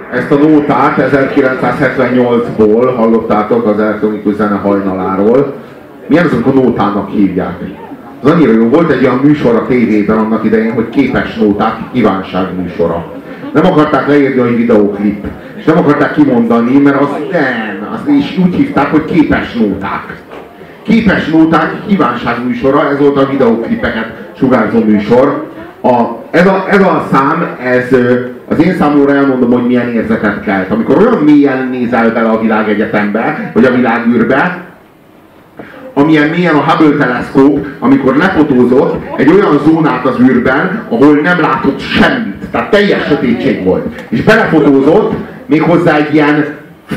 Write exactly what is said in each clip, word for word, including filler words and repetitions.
ezt a nótát ezerkilencszázhetvennyolcból hallottátok, az elektronikus zene hajnaláról. Milyen azok a nótának hívják? Az annyira jó, volt egy olyan műsor a tévében annak idején, hogy képes nóták kívánság műsora. Nem akarták leírni, hogy videóklip. És nem akarták kimondani, mert az nem, az is úgy hívták, hogy képes nóták. Képes nóták kívánság műsora, ez volt a videóklipeket sugárzó műsor. A, ez, a, ez a szám, ez az én számomra elmondom, hogy milyen érzetet kelt. Amikor olyan mélyen nézel bele a világegyetembe, vagy a világűrbe, amilyen mélyen a Hubble teleszkóp, amikor lefotózott egy olyan zónát az űrben, ahol nem látott semmit. Tehát teljes sötétség volt. És belefotózott méghozzá egy ilyen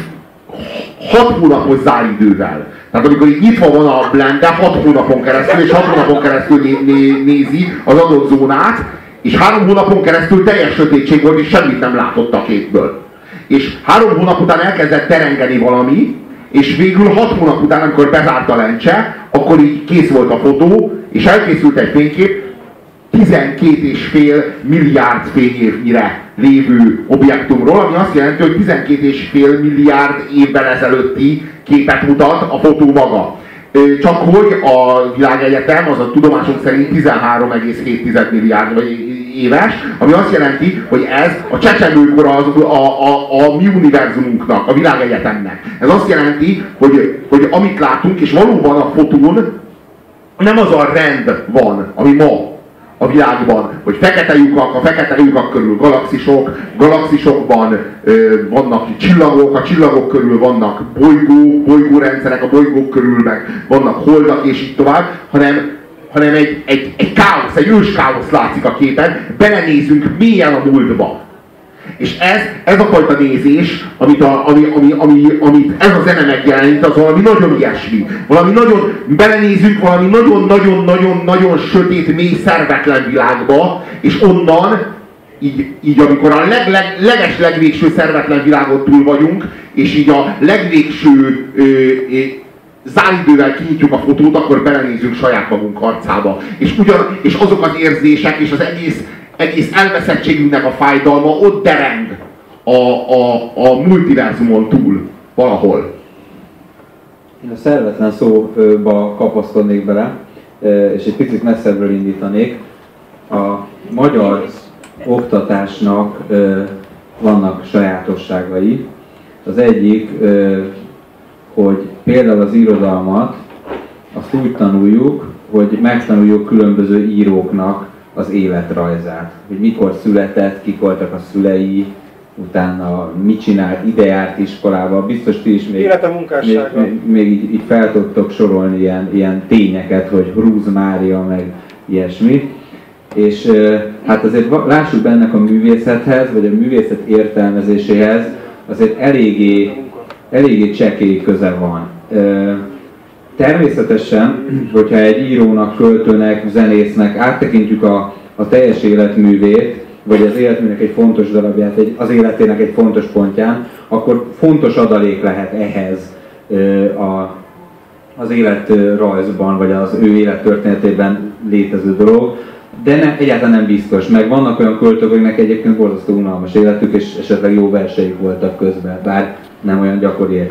hat hónapos záridővel. Tehát amikor így nyitva van a blende hat hónapon keresztül, és hat hónapon keresztül né né nézi az adott zónát, és három hónapon keresztül teljes sötétség volt, és semmit nem látott a képből. És három hónap után elkezdett terengeni valami, és végül hat hónap után, amikor bezárt a lencse, akkor így kész volt a fotó, és elkészült egy fénykép tizenkét és fél milliárd fényévnyire lévő objektumról, ami azt jelenti, hogy tizenkét és fél milliárd évvel ezelőtti képet mutat a fotó maga. Csak hogy a világegyetem az a tudomásunk szerint tizenhárom egész hét milliárd éves, ami azt jelenti, hogy ez a csecsemőkora az, a, a, a mi univerzumunknak, a világegyetemnek. Ez azt jelenti, hogy, hogy amit látunk, és valóban a fotón nem az a rend van, ami ma a világban, hogy fekete lyukak, a fekete lyukak körül galaxisok, galaxisokban ö, vannak csillagok, a csillagok körül vannak bolygók, bolygórendszerek, a bolygók körül meg vannak holdak, és így tovább, hanem, hanem egy, egy, egy káosz, egy ős káosz látszik a képen, belenézünk mélyen a múltba. És ez, ez a fajta nézés, amit, a, ami, ami, ami, amit ez a zene megjelenít, az valami nagyon ilyesmi. Valami nagyon, belenézünk valami nagyon-nagyon-nagyon-nagyon sötét, mély, szervetlen világba, és onnan, így, így amikor a leg, leg, leges legvégső szervetlen világon túl vagyunk, és így a legvégső ö, ö, záridővel kinyitjuk a fotót, akkor belenézünk saját magunk arcába. És, ugyan, és azok az érzések, és az egész egész elveszettségünknek a fájdalma ott dereng a, a, a multiverzumon túl, valahol. Én a szervetlen szóba kapaszkodnék bele, és egy picit messzebbről indítanék. A magyar oktatásnak vannak sajátosságai. Az egyik, hogy például az irodalmat, azt úgy tanuljuk, hogy megtanuljuk különböző íróknak az életrajzát, hogy mikor született, kik voltak a szülei, utána mit csinált, ide járt iskolába, biztos ti is még, élete munkássága. még, még így, így fel tudtok sorolni ilyen, ilyen tényeket, hogy Rúz Mária, meg ilyesmi. És hát azért lássuk be, ennek a művészethez, vagy a művészet értelmezéséhez azért eléggé, eléggé csekély köze van. Természetesen, hogyha egy írónak, költőnek, zenésznek áttekintjük a, a teljes életművét, vagy az életműnek egy fontos darabját, egy, az életének egy fontos pontján, akkor fontos adalék lehet ehhez a, az életrajzban, vagy az ő élettörténetében létező dolog, de nem, egyáltalán nem biztos. Meg vannak olyan költők, akiknek egyébként borzasztó unalmas életük, és esetleg jó verseik voltak közben, bár nem olyan gyakori.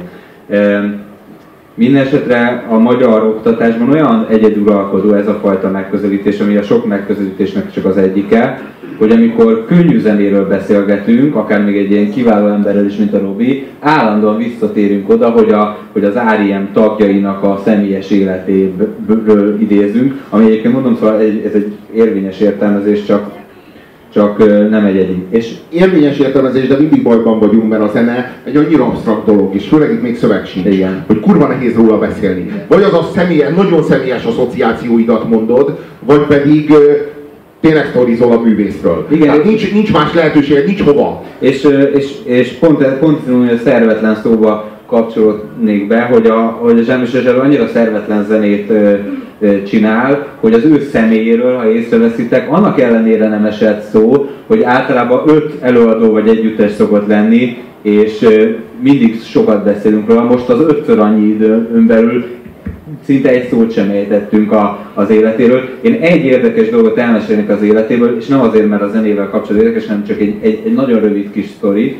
Mindenesetre a magyar oktatásban olyan egyeduralkodó ez a fajta megközelítés, ami a sok megközelítésnek csak az egyike, hogy amikor könnyű zenéről beszélgetünk, akár még egy ilyen kiváló emberrel is, mint a Robi, állandóan visszatérünk oda, hogy, a, hogy az á er em tagjainak a személyes életéből idézünk, ami egyébként mondom, szóval ez egy érvényes értelmezés, csak csak nem egyedi. És érvényes értelmezés, de mindig bajban vagyunk, mert a zene egy annyira absztrakt dolog, és főleg itt még szöveg sincs, igen, hogy kurva nehéz róla beszélni. Igen. Vagy az a személyes, nagyon személyes asszociációidat mondod, vagy pedig uh, tényleg sztorizol a művészről. Igen. Tehát nincs, nincs más lehetőség, nincs hova. És, és, és pont, pont a szervetlen szóba kapcsolódnék be, hogy a, hogy a Zsános Zsuzsa annyira szervetlen zenét ö, ö, csinál, hogy az ő személyéről, ha észreveszitek, annak ellenére nem esett szó, hogy általában öt előadó vagy együttes szokott lenni, és ö, mindig sokat beszélünk róla. Most az ötször annyi időn belül szinte egy szót sem ejtettünk a, az életéről. Én egy érdekes dolgot elmesélnék az életéből, és nem azért, mert a zenével kapcsolatban érdekes, hanem csak egy, egy, egy nagyon rövid kis sztori,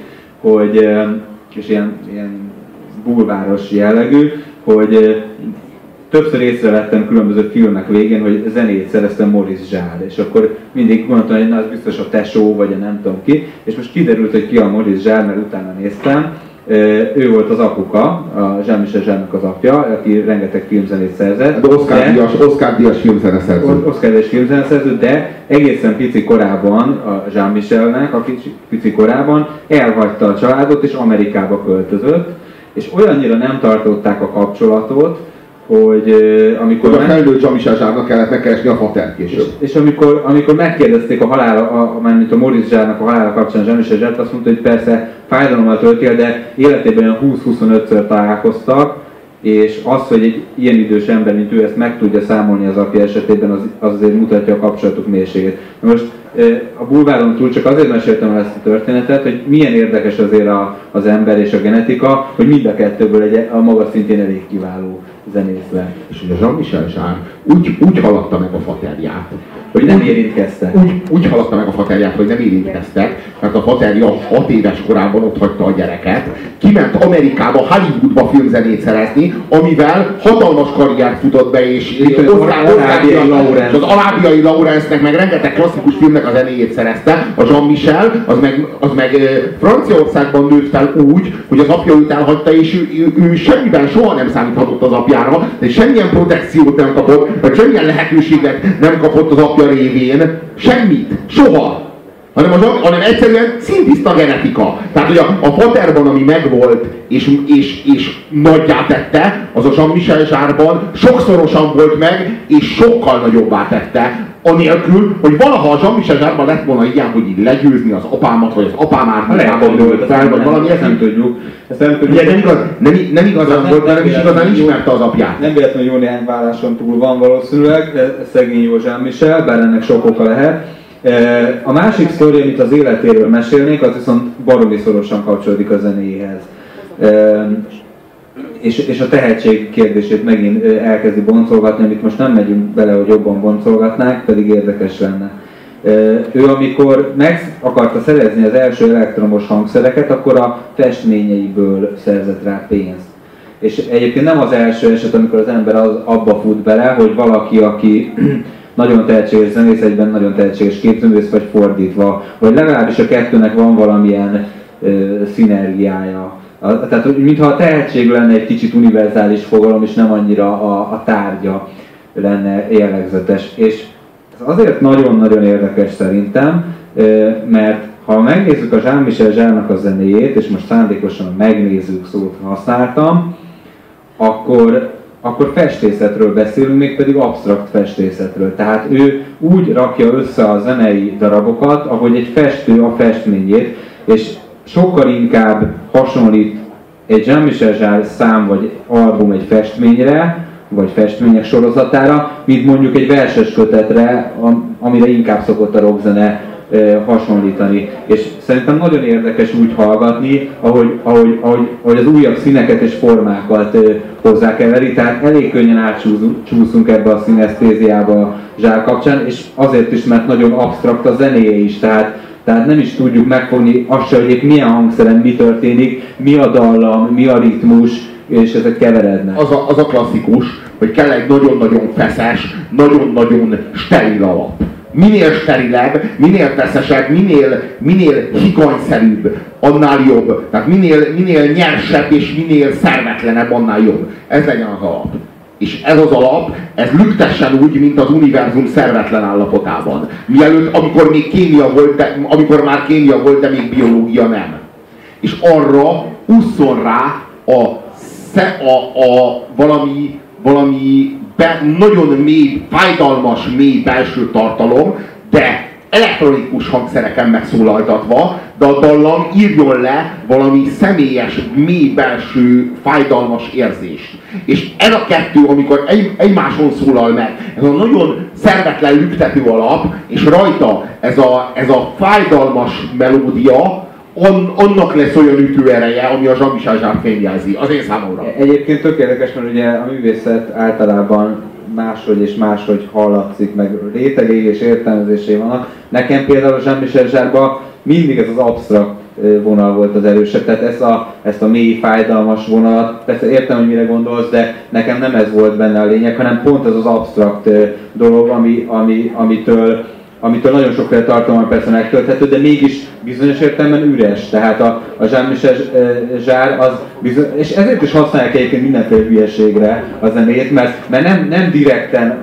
hogy, és ilyen, ilyen bulváros jellegű, hogy többször észrevettem különböző filmek végén, hogy zenét szereztem Maurice Jarre, és akkor mindig gondoltam, hogy na, az biztos a tesó, vagy a nem tudom ki, és most kiderült, hogy ki a Maurice Jarre, mert utána néztem. Ő volt az apuka, a Jean-Michel Jarre-nak az apja, aki rengeteg filmzenét szerzett. De Oscar-díjas, Oscar-díjas filmzeneszerző. Oscar-díjas filmzeneszerző, de egészen pici korában a Jean-Michelnek, a pici, pici korában elhagyta a családot és Amerikába költözött, és olyannyira nem tartották a kapcsolatot, hogy uh, amikor... A felnőtt Jean-Michel Jarre-nak kellett megkeresni a fatert később. És, és amikor, amikor megkérdezték a halála, a, a, a Maurice Jarre-nak a halála kapcsán Jean-Michel Jarre, azt mondta, hogy persze fájdalommal töltél, de életében húsz-huszonötször találkoztak, és az, hogy egy ilyen idős ember, mint ő, ezt meg tudja számolni az apja esetében, az, az azért mutatja a kapcsolatuk mélységét. Most a bulváron túl csak azért meséltem el ezt a történetet, hogy milyen érdekes azért a, az ember és a genetika, hogy mind a kettőből egy a magas szintén elég kiváló zenész lett. És ugye Jean-Michel Jarre úgy, úgy haladta meg a faterját, hogy nem érintkeztek. Úgy, úgy haladta meg a faterját, hogy nem érintkeztek, mert a faterja hat éves korában ott hagyta a gyereket, kiment Amerikába, Hollywoodba filmzenét szerezni, amivel hatalmas karriert futott be, és az Alábiai Laurensnek meg rengeteg klasszikus filmnek a zenéjét szerezte. A Jean-Michel az meg, az meg Franciaországban nőtt fel úgy, hogy az apja őt elhagyta, és ő, ő, ő semmiben soha nem számíthatott az apjára, de semmilyen protekciót nem kapott, vagy semmilyen lehetőséget nem kapott az apja révén, semmit, soha, hanem, az, hanem egyszerűen szintiszta genetika. Tehát, hogy a, a faterban, ami megvolt és, és, és nagyjá tette, az a Jean-Michel Jarre-ban sokszorosan volt meg, és sokkal nagyobbá tette, anélkül, hogy valaha a Jean-Michel Jarre-ban lett volna ilyen, hogy így legyőzni az apámat, vagy az apám árnyában nőtt fel, vagy valami, ezt nem tudjuk. Ezt nem tudjuk. Nem, igaz, nem, nem igazán nem, volt, nem, nem is igazán ismerte az apját. Nem véletlenül jó néhány válláson túl van valószínűleg, szegény jó Jean-Michel, bár ennek sok oka lehet. A másik sztori, amit az életéről mesélnék, az viszont baromi szorosan kapcsolódik a zenéhez. És, és a tehetség kérdését megint elkezdi boncolgatni, amit most nem megyünk bele, hogy jobban boncolgatnánk, pedig érdekes lenne. Ő amikor meg akarta szerezni az első elektromos hangszereket, akkor a festményeiből szerzett rá pénzt. És egyébként nem az első eset, amikor az ember az abba fut bele, hogy valaki, aki nagyon tehetséges zenész, egyben nagyon tehetséges képzőművész, vagy fordítva, vagy legalábbis a kettőnek van valamilyen ö, szinergiája. A, tehát mintha a tehetség lenne egy kicsit univerzális fogalom, és nem annyira a, a tárgya lenne jellegzetes. És ez azért nagyon-nagyon érdekes szerintem, ö, mert ha megnézzük a Jean-Michel Jarre-nak a zenéjét, és most szándékosan megnézzük szót használtam, akkor akkor festészetről beszélünk, mégpedig absztrakt festészetről. Tehát ő úgy rakja össze a zenei darabokat, ahogy egy festő a festményét, és sokkal inkább hasonlít egy Jean-Michel Jarre szám vagy album egy festményre, vagy festmények sorozatára, mint mondjuk egy verses kötetre, amire inkább szokott a rockzene hasonlítani. És szerintem nagyon érdekes úgy hallgatni, ahogy, ahogy, ahogy, ahogy az újabb színeket és formákat hozzá kell veri, tehát elég könnyen átcsúszunk ebbe a szinesztéziába a Jarre kapcsán, és azért is, mert nagyon absztrakt a zenéje is, tehát, tehát nem is tudjuk megfogni azt se, hogy milyen hangszeren mi történik, mi a dallam, mi a ritmus, és ezek keverednek. Az a, az a klasszikus, hogy kell egy nagyon-nagyon feszes, nagyon-nagyon steril alap. Minél sterilebb, minél feszesebb, minél, minél higanyszerűbb, annál jobb. Tehát minél, minél nyersebb és minél szervetlenebb, annál jobb. Ez legyen az alap. És ez az alap, ez lüktessen úgy, mint az univerzum szervetlen állapotában. Mielőtt, amikor még kémia volt, de, amikor már kémia volt, de még biológia nem. És arra ússzon rá a, a, a valami, valami be, nagyon mély, fájdalmas, mély belső tartalom, de elektronikus hangszereken megszólaltatva, de a dallam írjon le valami személyes, mély belső, fájdalmas érzést. És ez a kettő, amikor egy, egymáson szólal meg, ez a nagyon szervetlen lüktető alap, és rajta ez a, ez a fájdalmas melódia, On, annak lesz olyan ütőereje, ami a Jean-Michel Jarre fényjelzi, az én számomra. Egyébként tök érdekes, mert ugye a művészet általában máshogy és máshogy hallatszik, meg rétegei és értelmezései vannak. Nekem például a Jean-Michel Jarre-ban mindig ez az absztrakt vonal volt az erősebb. Tehát ezt a, ezt a mély, fájdalmas vonalat, persze értem, hogy mire gondolsz, de nekem nem ez volt benne a lényeg, hanem pont az az absztrakt dolog, ami, ami, amitől, amitől nagyon sokféle tartalma persze megtölthető, de mégis bizonyos értelemben üres. Tehát a, a Jean-Michel Jarre az bizony, és ezért is használják egyébként mindenféle hülyeségre a zenét, mert, mert nem, nem direkten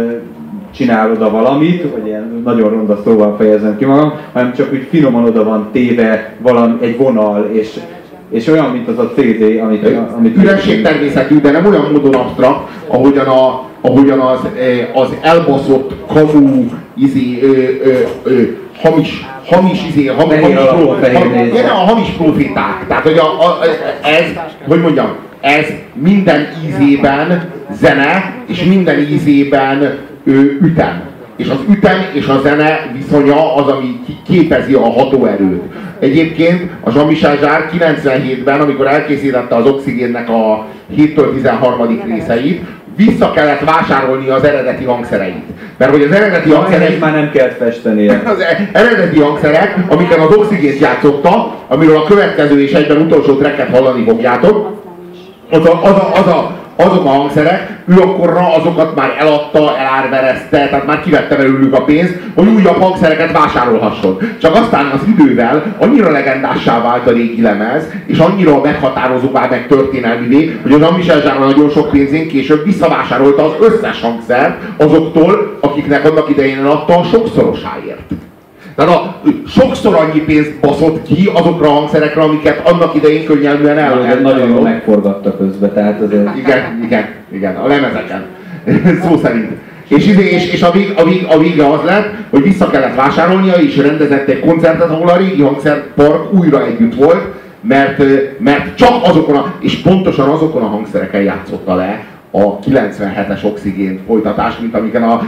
csinál oda valamit, vagy ilyen nagyon ronda szóval fejezem ki magam, hanem csak úgy finoman oda van téve valami, egy vonal, és, és olyan, mint az a cé dé, amit... amit üresség természetű, de nem olyan módon absztrakt, ahogyan, a, ahogyan az, az elbaszott, kamu, izé, ö, ö, ö, hamis, hamis, izé, hamis, hamis, hamis, a hamis proféták. Tehát, hogy a, a, ez, hogy mondjam, ez minden ízében zene, és minden ízében ő, ütem. És az ütem és a zene viszonya az, ami képezi a hatóerőt. Egyébként a Jean-Michel Jarre kilencvenhétben, amikor elkészítette az Oxigénnek a héttől tizenharmadik részeit, vissza kellett vásárolni az eredeti hangszereit. Mert hogy az eredeti hangszerek... már nem kellett festenie. Az eredeti hangszerek, amiken az Oxigént játszotta, amiről a következő és egyben utolsó tracket hallani fogjátok, az a, az a, az a azok a hangszerek, ő akkorra azokat már eladta, elárverezte, tehát már kivette belőlük a pénzt, hogy újabb hangszereket vásárolhasson. Csak aztán az idővel annyira legendássá vált a régi lemez, és annyira meghatározóvá, meg történelmivé, hogy a Jean-Michel Jarre nagyon sok pénzén később visszavásárolta az összes hangszert azoktól, akiknek annak idején eladta a sokszorosáért. Tehát a, sokszor annyi pénzt baszott ki azokra a hangszerekre, amiket annak idején könnyelműen el, el nagyon jól megforgatta közben, tehát azért... Igen, igen, igen, a lemezeken. Szó szerint. És, és, és a, vég, a, vég, a vége az lett, hogy vissza kellett vásárolnia, és rendezett egy koncertet, ahol a régi hangszerpark újra együtt volt, mert, mert csak azokon a, és pontosan azokon a hangszereken játszotta le a kilencvenhetes Oxigén folytatást, mint amiken a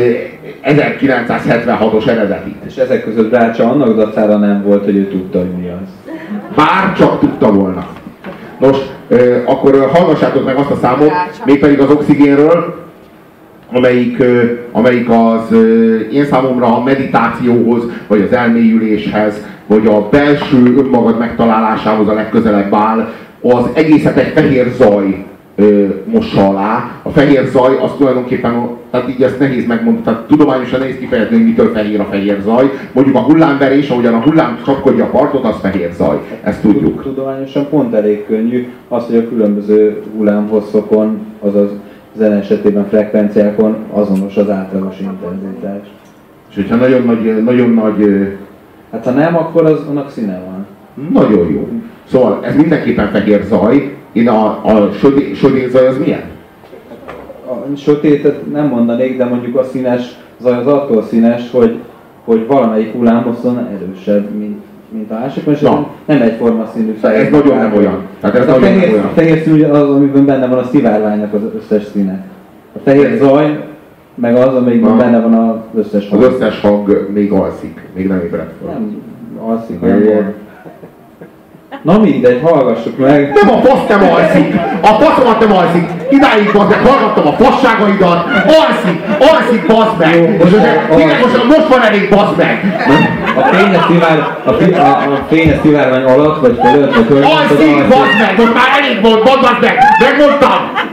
ezerkilencszázhetvenhatos eredetit. És ezek között Brácsa annak dacára nem volt, hogy ő tudta, hogy mi az. Bár csak tudta volna. Nos, akkor hallgassátok meg azt a számot, mégpedig az Oxigénről, amelyik, amelyik az én számomra a meditációhoz, vagy az elmélyüléshez, vagy a belső önmagad megtalálásához a legközelebb áll. Az egészet egy fehér zaj mossa alá. A fehér zaj az tulajdonképpen, tehát így ezt nehéz megmondani, tehát tudományosan nehéz kifejezni, hogy mitől fehér a fehér zaj. Mondjuk a hullámverés, ahogyan a hullám csapkodja a partot, az fehér zaj. Ezt tudjuk. Tudományosan pont elég könnyű az, hogy a különböző hullámhosszokon, azaz zene esetében frekvenciákon azonos az átlagos intenzitás. És hogyha nagyon nagy, nagyon nagy... Hát ha nem, akkor az, annak színe van. Nagyon jó. Szóval ez mindenképpen fehér zaj. Én a, a sötét, sötét zaj az milyen? A sötétet nem mondanék, de mondjuk a színes zaj az attól színes, hogy, hogy valamelyik hullámhosszon erősebb, mint, mint a másik, és nem, nem egyforma színű fehér. Ez nagyon nem olyan. Tehát ez a nagyon fehér, olyan. A fehér színű az, amiben benne van a szivárványnak az összes színe. A fehér zaj, meg az, amelyikben benne van az összes hang. Az összes hang még alszik, még nem ébredt fel. Nem alszik, nem. Na mindegy, hallgassuk meg! Nem a fasz nem alszik! A faszomat nem alszik! Idáig bazd meg, hallgattam a fasságaidat! Alszik! Alszik, bazd meg! Jó, most, tényleg most, most van elég, bazd meg! A fényes szivár, a, fi, a, a fényes szivárvány alatt, vagy fölött, vagy fölött... Alszik, bazd meg! Most már elég volt, bazd meg! Megmondtam!